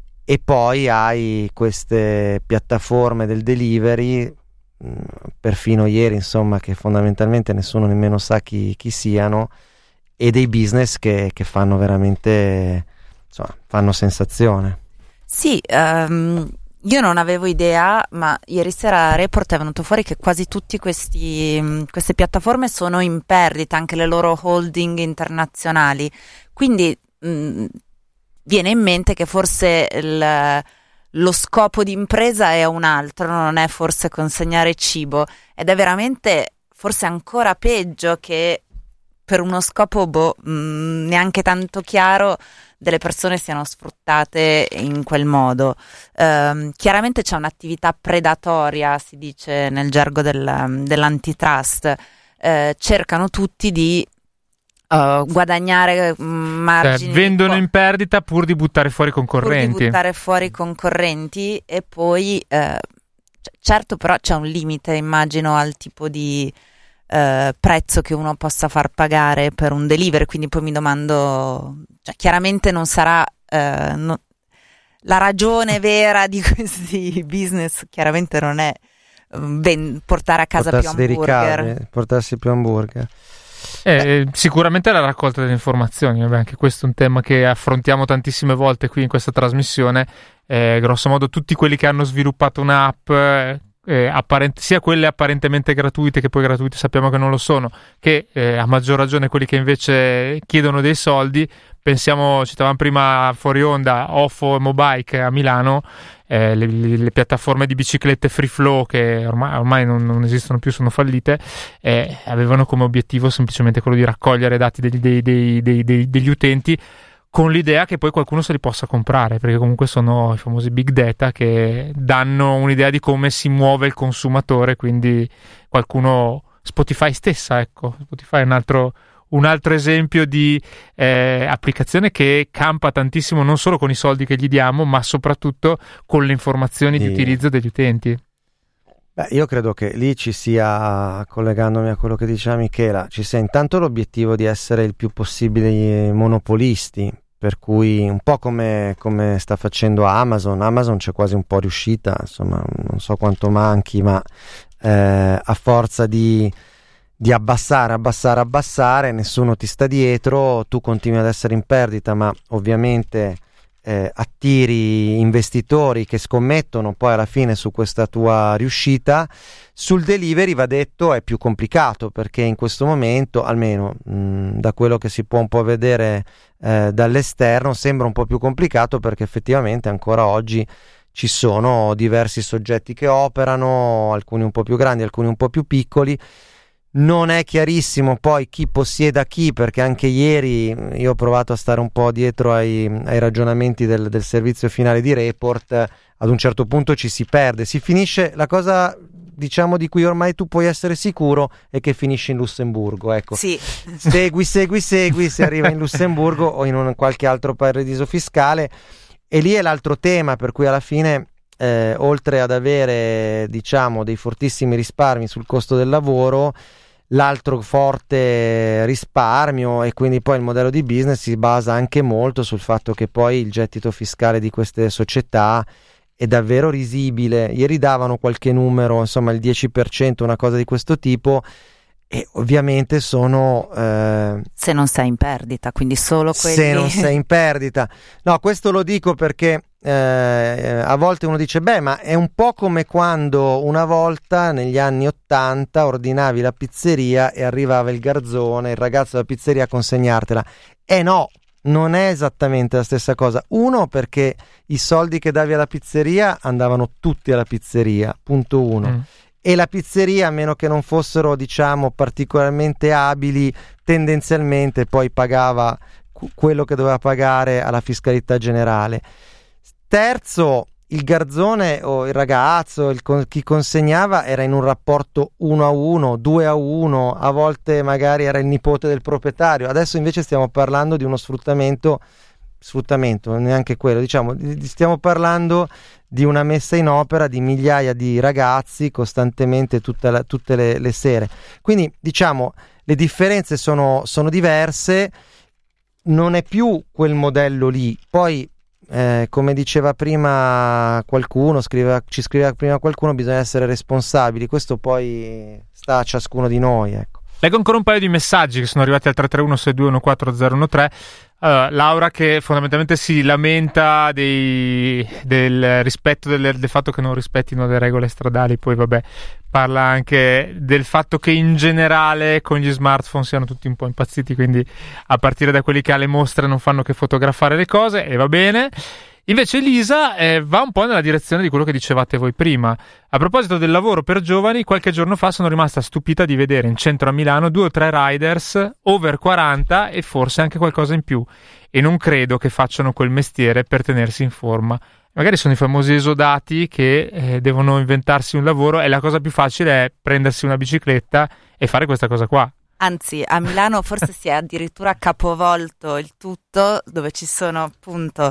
e poi hai queste piattaforme del delivery, mh, perfino ieri, insomma, che fondamentalmente nessuno nemmeno sa chi, chi siano, e dei business che, che fanno veramente, insomma, fanno sensazione. Sì, ehm, io non avevo idea, ma ieri sera a Report è venuto fuori che quasi tutte queste piattaforme sono in perdita, anche le loro holding internazionali. Quindi mh, viene in mente che forse il, lo scopo di impresa è un altro, non è forse consegnare cibo, ed è veramente forse ancora peggio che per uno scopo boh, mh, neanche tanto chiaro delle persone siano sfruttate in quel modo. Um, chiaramente c'è un'attività predatoria, si dice nel gergo del, dell'antitrust, uh, cercano tutti di Uh, guadagnare mh, margini, Cioè, vendono in perdita pur di buttare fuori i concorrenti. pur di buttare fuori i concorrenti, e poi eh, c- certo, però c'è un limite, immagino, al tipo di eh, prezzo che uno possa far pagare per un delivery, quindi poi mi domando, cioè, chiaramente non sarà eh, no, la ragione vera di questi business, chiaramente non è ben, portare a casa Portarsi più dei hamburger, ricavi, portarsi più hamburger. Eh, sicuramente la raccolta delle informazioni, vabbè, anche questo è un tema che affrontiamo tantissime volte qui in questa trasmissione. Eh, grosso modo tutti quelli che hanno sviluppato un'app, eh, apparent- sia quelle apparentemente gratuite, che poi gratuite sappiamo che non lo sono, che eh, a maggior ragione quelli che invece chiedono dei soldi. Pensiamo, citavamo prima fuori onda Ofo e Mobike a Milano, eh, le, le, le piattaforme di biciclette free flow, che ormai, ormai non, non esistono più, sono fallite, eh, avevano come obiettivo semplicemente quello di raccogliere dati dei, dei, dei, dei, dei, degli utenti, con l'idea che poi qualcuno se li possa comprare, perché comunque sono i famosi big data che danno un'idea di come si muove il consumatore. Quindi qualcuno, Spotify stessa, ecco, Spotify è un altro un altro esempio di eh, applicazione che campa tantissimo, non solo con i soldi che gli diamo, ma soprattutto con le informazioni Sì. di utilizzo degli utenti. Beh, io credo che lì ci sia, collegandomi a quello che diceva Michela, ci sia intanto l'obiettivo di essere il più possibile monopolisti, per cui un po' come, come sta facendo Amazon. Amazon c'è quasi un po' riuscita, insomma, non so quanto manchi, ma eh, a forza di di abbassare, abbassare, abbassare, nessuno ti sta dietro, tu continui ad essere in perdita, ma ovviamente eh, attiri investitori che scommettono poi alla fine su questa tua riuscita. Sul delivery, va detto, è più complicato, perché in questo momento, almeno mh, da quello che si può un po' vedere eh, dall'esterno, sembra un po' più complicato, perché effettivamente ancora oggi ci sono diversi soggetti che operano, alcuni un po' più grandi, alcuni un po' più piccoli. Non è chiarissimo poi chi possieda chi, perché anche ieri io ho provato a stare un po' dietro ai, ai ragionamenti del, del servizio finale di Report. Ad un certo punto ci si perde, si finisce. La cosa, diciamo, di cui ormai tu puoi essere sicuro è che finisce in Lussemburgo, ecco. Sì. Segui, segui, segui, si arriva in Lussemburgo o in un qualche altro paradiso fiscale, e lì è l'altro tema, per cui alla fine eh, oltre ad avere, diciamo, dei fortissimi risparmi sul costo del lavoro, l'altro forte risparmio, e quindi poi il modello di business si basa anche molto sul fatto che poi il gettito fiscale di queste società è davvero risibile. Ieri davano qualche numero, insomma il dieci per cento, una cosa di questo tipo, e ovviamente sono eh, se non sei in perdita, quindi solo quelli. Se non sei in perdita. No, questo lo dico perché eh, a volte uno dice beh, ma è un po' come quando una volta negli anni ottanta ordinavi la pizzeria e arrivava il garzone, il ragazzo della pizzeria a consegnartela. Eh no, non è esattamente la stessa cosa. Uno, perché i soldi che davi alla pizzeria andavano tutti alla pizzeria, punto uno. Mm. E la pizzeria, a meno che non fossero, diciamo, particolarmente abili, tendenzialmente poi pagava cu- quello che doveva pagare alla fiscalità generale. Terzo, il garzone o il ragazzo, il con- chi consegnava era in un rapporto uno a uno, due a uno, a volte magari era il nipote del proprietario. Adesso invece stiamo parlando di uno sfruttamento, sfruttamento, neanche quello, diciamo, stiamo parlando di una messa in opera di migliaia di ragazzi costantemente tutta la, tutte le, le sere. Quindi, diciamo, le differenze sono, sono diverse, non è più quel modello lì. Poi Eh, come diceva prima qualcuno, scriveva, ci scriveva prima qualcuno, bisogna essere responsabili. Questo poi sta a ciascuno di noi, ecco. Leggo ancora un paio di messaggi che sono arrivati al tre tre uno sei due uno quattro zero uno tre. Uh, Laura, che fondamentalmente si lamenta dei, del rispetto del, del fatto che non rispettino le regole stradali. Poi vabbè, parla anche del fatto che in generale con gli smartphone siano tutti un po' impazziti, quindi a partire da quelli che alle mostre non fanno che fotografare le cose, e va bene. Invece Elisa eh, va un po' nella direzione di quello che dicevate voi prima. A proposito del lavoro per giovani, qualche giorno fa sono rimasta stupita di vedere in centro a Milano due o tre riders over quaranta e forse anche qualcosa in più, e non credo che facciano quel mestiere per tenersi in forma. Magari sono i famosi esodati che eh, devono inventarsi un lavoro, e la cosa più facile è prendersi una bicicletta e fare questa cosa qua. Anzi, a Milano forse si è addirittura capovolto il tutto, dove ci sono appunto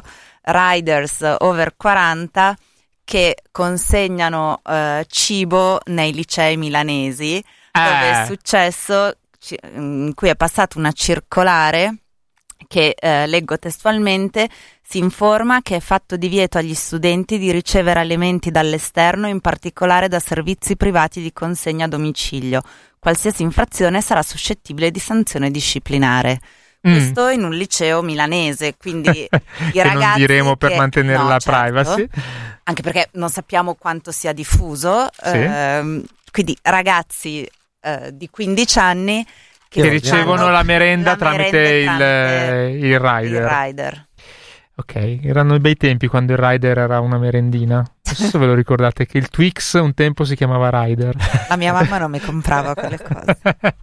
riders over quaranta che consegnano eh, cibo nei licei milanesi, eh. dove è successo, in cui è passata una circolare che, eh, leggo testualmente, si informa che è fatto divieto agli studenti di ricevere alimenti dall'esterno, in particolare da servizi privati di consegna a domicilio. Qualsiasi infrazione sarà suscettibile di sanzione disciplinare. Mm. Questo in un liceo milanese, quindi i ragazzi non diremo per che, mantenere no, la certo, privacy, anche perché non sappiamo quanto sia diffuso, sì. eh, quindi ragazzi eh, di quindici anni che, che ricevono la merenda la tramite, merenda il, il rider. Il rider. Ok, erano i bei tempi quando il rider era una merendina. Non so se ve lo ricordate che il Twix un tempo si chiamava rider. La mia mamma non mi comprava quelle cose.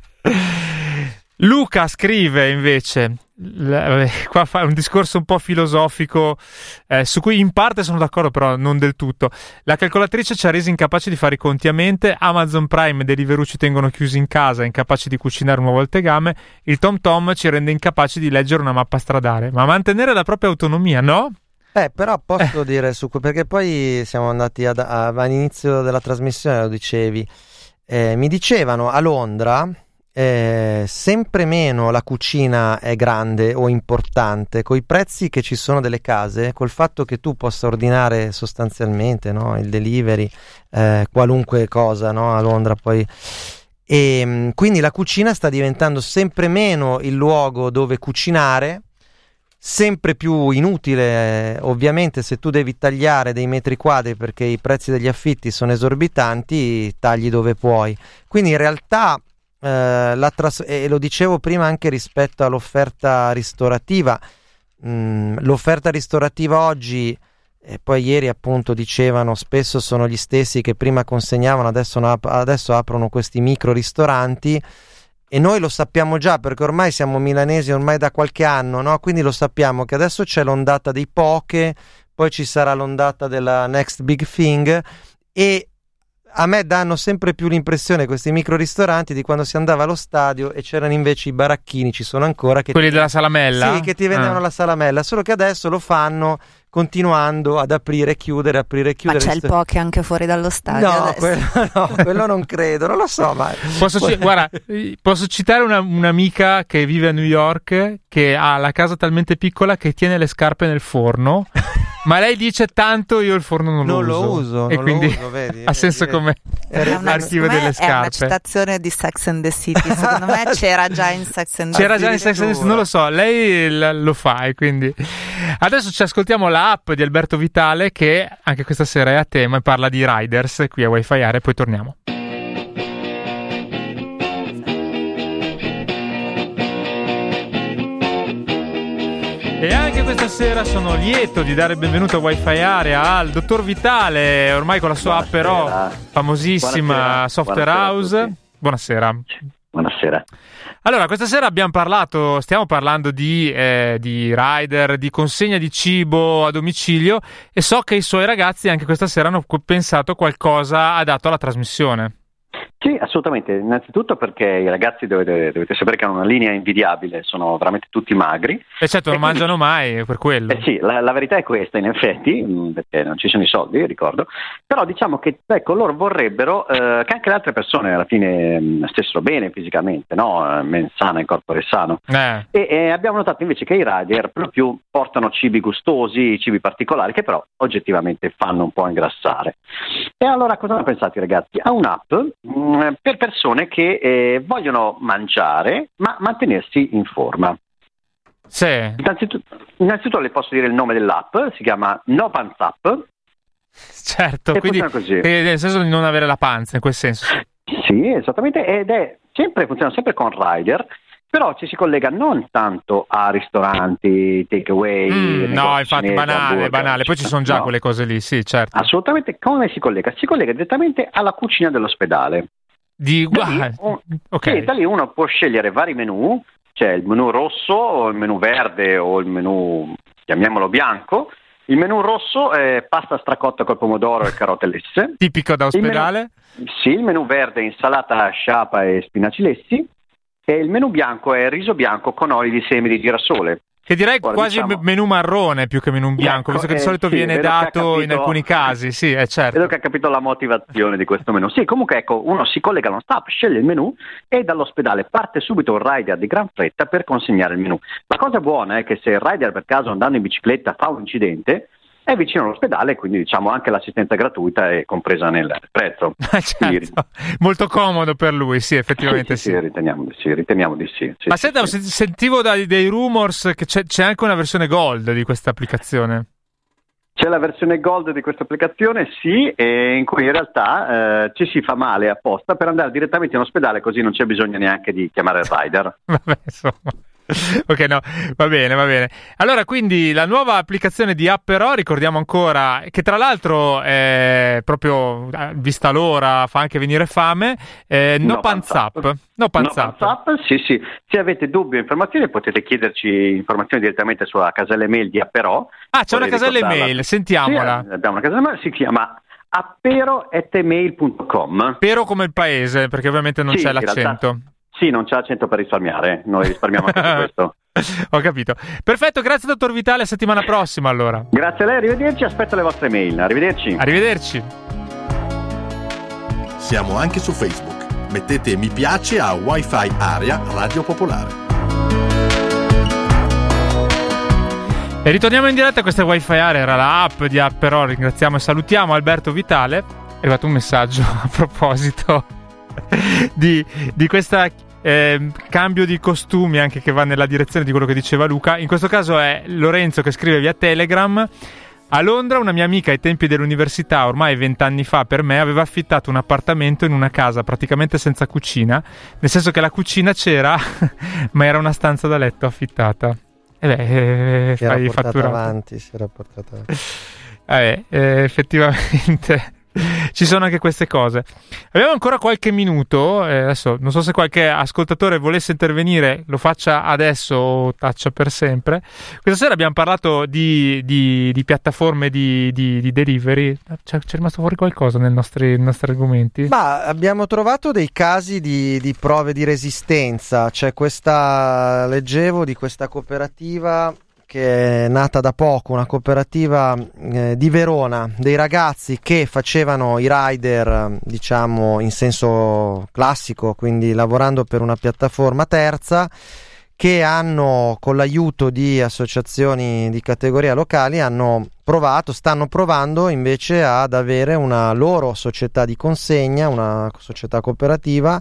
Luca scrive invece, l- qua fa un discorso un po' filosofico eh, su cui in parte sono d'accordo, però non del tutto. La calcolatrice ci ha resi incapaci di fare i conti a mente, Amazon Prime e Deliveroo ci tengono chiusi in casa, incapaci di cucinare un uovo al tegame, il Tom Tom ci rende incapaci di leggere una mappa stradale, ma mantenere la propria autonomia, no? Eh, però posso eh. dire su perché poi siamo andati ad, a, all'inizio della trasmissione, lo dicevi, eh, mi dicevano a Londra eh, sempre meno la cucina è grande o importante, coi prezzi che ci sono delle case, col fatto che tu possa ordinare sostanzialmente, no, il delivery, eh, qualunque cosa, no, a Londra poi, e quindi la cucina sta diventando sempre meno il luogo dove cucinare, sempre più inutile, eh, ovviamente se tu devi tagliare dei metri quadri perché i prezzi degli affitti sono esorbitanti, tagli dove puoi. Quindi in realtà eh, la tras- e lo dicevo prima anche rispetto all'offerta ristorativa, mh, l'offerta ristorativa oggi, e poi ieri appunto dicevano, spesso sono gli stessi che prima consegnavano, adesso, no, adesso aprono questi micro ristoranti. E noi lo sappiamo già perché ormai siamo milanesi ormai da qualche anno, no? Quindi lo sappiamo che adesso c'è l'ondata dei poke, poi ci sarà l'ondata della next big thing, e a me danno sempre più l'impressione questi micro ristoranti di quando si andava allo stadio e c'erano invece i baracchini, ci sono ancora, che quelli ti... della salamella? Sì, che ti vendevano ah. la salamella, solo che adesso lo fanno continuando ad aprire e chiudere, aprire e chiudere. Ma c'è il poke anche fuori dallo stadio no, adesso. quello, no, quello non credo, non lo so. Ma... Posso, ci- guarda, posso citare una, un'amica che vive a New York, che ha la casa talmente piccola che tiene le scarpe nel forno. Ma lei dice tanto io il forno non, non lo uso. lo uso. E non quindi lo uso, vedi, ha senso vedi, come vedi. È una, l'archivio secondo me delle scarpe. È una citazione di Sex and the City. Secondo me c'era già in Sex and the City. C'era già in Sex and the City, non lo so, lei l- lo fa e quindi adesso ci ascoltiamo l'app di Alberto Vitale che anche questa sera è a tema e parla di riders qui a Wi-Fi Area e poi torniamo. E anche questa sera sono lieto di dare il benvenuto a Wi-Fi Area al dottor Vitale, ormai con la sua app però famosissima Buonasera. Software Buonasera House. Buonasera. Buonasera. Allora, questa sera abbiamo parlato, stiamo parlando di, eh, di rider, di consegna di cibo a domicilio e so che i suoi ragazzi anche questa sera hanno pensato qualcosa adatto alla trasmissione. Sì, assolutamente. Innanzitutto perché i ragazzi dovete, dovete sapere che hanno una linea invidiabile, sono veramente tutti magri. E certo, non e quindi... mangiano mai, per quello. Eh sì, la, la verità è questa, in effetti, perché non ci sono i soldi, ricordo. Però diciamo che ecco, loro vorrebbero eh, che anche le altre persone alla fine mh, stessero bene fisicamente, no? Mens sana in corpore sano. Eh. E, e abbiamo notato invece che i rider per lo più portano cibi gustosi, cibi particolari, che però oggettivamente fanno un po' ingrassare. E allora cosa hanno pensato i ragazzi? A un'app mh, per persone che eh, vogliono mangiare ma mantenersi in forma. Sì. Innanzitutto, innanzitutto le posso dire il nome dell'app, si chiama No Pants App. Certo, e quindi così. Eh, nel senso di non avere la panza, in quel senso. Sì, esattamente, ed è sempre, funziona sempre con rider, però ci si collega non tanto a ristoranti, takeaway. Mm, no, infatti cinesi, banale, hamburger, banale. Poi ci sono già no. quelle cose lì, sì, certo. Assolutamente, come si collega? Si collega direttamente alla cucina dell'ospedale. Di Da lì, ah, un- ok. sì, da lì uno può scegliere vari menù, c'è il menù rosso o il menù verde o il menù, chiamiamolo bianco. Il menù rosso è pasta stracotta col pomodoro e carote lesse. Tipico da ospedale? Il menù, sì, il menù verde è insalata sciapa e spinaci lessi. E il menù bianco è riso bianco con oli di semi di girasole. Che direi Ora, quasi diciamo- menù marrone più che menù bianco, Ecco, visto che di eh, solito sì, viene vedo che ha dato in capito- alcuni casi, sì, è certo. Vedo che ha capito la motivazione di questo menù. Sì, comunque ecco, uno si collega allo staff, sceglie il menù e dall'ospedale parte subito un rider di gran fretta per consegnare il menù. La cosa buona è che se il rider per caso andando in bicicletta fa un incidente, è vicino all'ospedale, quindi diciamo anche l'assistenza gratuita è compresa nel prezzo. Quindi- Certo. Molto comodo per lui, sì, effettivamente sì, sì. sì, riteniamo di sì, riteniamo di sì. sì, Ma sì, senta, sì. se- sentivo dai, dei rumors che c'è, c'è anche una versione gold di questa applicazione. C'è la versione gold di questa applicazione, sì, e in cui in realtà eh, ci si fa male apposta per andare direttamente in ospedale, così non c'è bisogno neanche di chiamare il rider. Vabbè, insomma. Ok, no, va bene, va bene. Allora, quindi la nuova applicazione di App però, ricordiamo ancora, che tra l'altro è proprio, eh, vista l'ora, fa anche venire fame, eh, No, No Pants Pants Up. Up. No Pants No, Up. Pants Up, sì, sì. Se avete dubbi o informazioni potete chiederci informazioni direttamente sulla casella email di Apperò. Ah, c'è una Vorrei casella ricordarla. email, sentiamola. Sì, abbiamo una casella email, si chiama appero at email punto com. Pero come il paese, perché ovviamente non Sì, c'è in realtà- l'accento. Sì, non c'è l'accento per risparmiare, noi risparmiamo anche su questo. Ho capito. Perfetto, grazie dottor Vitale, a settimana prossima allora. Grazie a lei, arrivederci, aspetto le vostre mail, arrivederci. Arrivederci. Siamo anche su Facebook. Mettete mi piace a Wi-Fi Area Radio Popolare. E ritorniamo in diretta, questa è Wi-Fi Area, era la app di App però, ringraziamo e salutiamo Alberto Vitale. È arrivato un messaggio a proposito di, di questa eh, cambio di costumi anche che va nella direzione di quello che diceva Luca. In questo caso è Lorenzo che scrive via Telegram: a Londra una mia amica ai tempi dell'università, ormai vent'anni fa per me, aveva affittato un appartamento in una casa praticamente senza cucina, nel senso che la cucina c'era ma era una stanza da letto affittata. E beh, eh, si era fai portata fatturato. avanti, si era portata avanti. Vabbè, eh, effettivamente ci sono anche queste cose. Abbiamo ancora qualche minuto, eh, adesso non so se qualche ascoltatore volesse intervenire, lo faccia adesso o taccia per sempre. Questa sera abbiamo parlato di, di, di piattaforme di, di, di delivery. C'è, c'è rimasto fuori qualcosa nei nostri, nei nostri argomenti? Ma abbiamo trovato dei casi di, di prove di resistenza. C'è questa, leggevo di questa cooperativa che è nata da poco, una cooperativa eh, di Verona, dei ragazzi che facevano i rider, diciamo in senso classico, quindi lavorando per una piattaforma terza, che hanno, con l'aiuto di associazioni di categoria locali, hanno provato, stanno provando invece ad avere una loro società di consegna, una società cooperativa,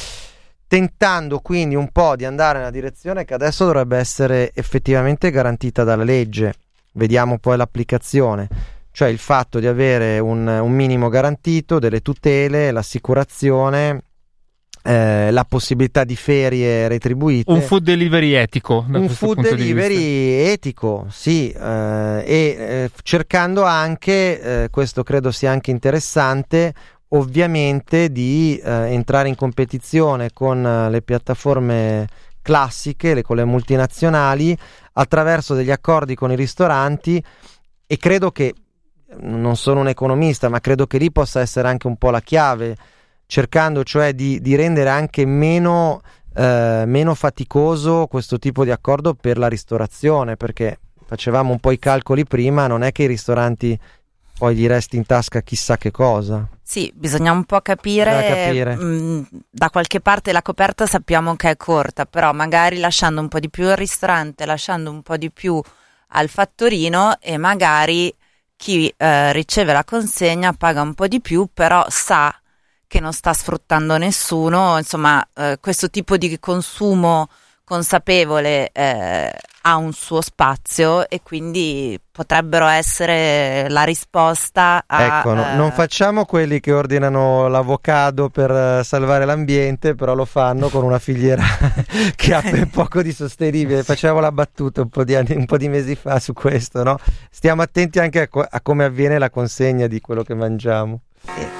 tentando quindi un po' di andare nella direzione che adesso dovrebbe essere effettivamente garantita dalla legge. Vediamo poi l'applicazione, cioè il fatto di avere un, un minimo garantito, delle tutele, l'assicurazione, eh, la possibilità di ferie retribuite. Un food delivery etico. Un food delivery etico, sì, eh, e eh, cercando anche, eh, questo credo sia anche interessante, ovviamente di eh, entrare in competizione con eh, le piattaforme classiche, le, con le multinazionali, attraverso degli accordi con i ristoranti. E credo che, non sono un economista, ma credo che lì possa essere anche un po' la chiave, cercando cioè di, di rendere anche meno, eh, meno faticoso questo tipo di accordo per la ristorazione, perché facevamo un po' i calcoli prima, non è che i ristoranti poi gli resti in tasca chissà che cosa. Sì, bisogna un po' capire, da, capire. Mh, da qualche parte la coperta sappiamo che è corta, però magari lasciando un po' di più al ristorante, lasciando un po' di più al fattorino, e magari chi eh, riceve la consegna paga un po' di più, però sa che non sta sfruttando nessuno. Insomma, eh, questo tipo di consumo consapevole eh, ha un suo spazio, e quindi potrebbero essere la risposta a... Ecco, no, eh... non facciamo quelli che ordinano l'avocado per uh, salvare l'ambiente, però lo fanno con una filiera che ha ben poco di sostenibile. Facevamo la battuta un po' di anni, un po' di mesi fa su questo, no? Stiamo attenti anche a, co- a come avviene la consegna di quello che mangiamo. Sì.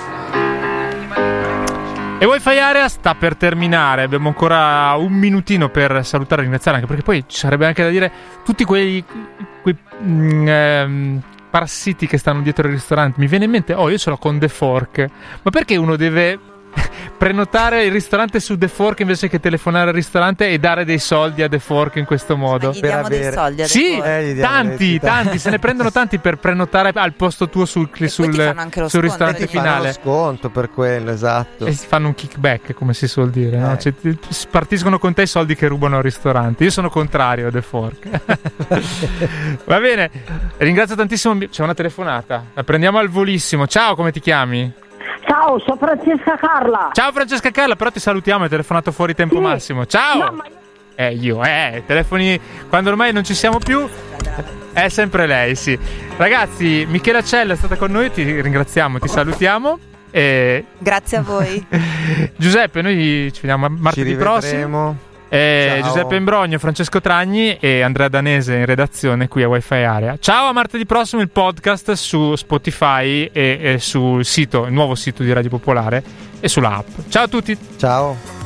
E Wi-Fi Area sta per terminare, abbiamo ancora un minutino per salutare e ringraziare, anche perché poi ci sarebbe anche da dire tutti quei, quei mm, ehm, parassiti che stanno dietro il ristorante. Mi viene in mente, oh, io ce l'ho con The Fork, ma perché uno deve prenotare il ristorante su The Fork invece che telefonare al ristorante e dare dei soldi a The Fork in questo modo? Ma gli diamo Per dei avere... soldi a The Sì, Fork? Eh, gli diamo tanti, dei- tanti, se ne prendono tanti per prenotare al posto tuo sul, poi sul, ti fanno anche lo sul sconto, ristorante ti Fanno lo finale. sconto per quello, esatto. E si fanno un kickback, come si suol dire, no? Eh. Cioè, ti- spartiscono con te i soldi che rubano al ristorante. Io sono contrario a The Fork. Va bene, ringrazio tantissimo. C'è una telefonata, la prendiamo al volissimo. Ciao, come ti chiami? Ciao, sono Francesca Carla. Ciao Francesca Carla, però ti salutiamo, hai telefonato fuori tempo Sì. massimo. Ciao. No, ma- Eh, io, eh, telefoni quando ormai non ci siamo più. È sempre lei, sì. Ragazzi, Michela Cella è stata con noi, ti ringraziamo, ti salutiamo. E... Grazie a voi. Giuseppe, noi ci vediamo martedì Ci prossimo. rivedremo. Eh, Ciao. Giuseppe Imbrogno, Francesco Tragni e Andrea Danese in redazione qui a Wi-Fi Area. Ciao, a martedì prossimo il podcast su Spotify e, e sul sito, il nuovo sito di Radio Popolare, e sulla app. Ciao a tutti. Ciao.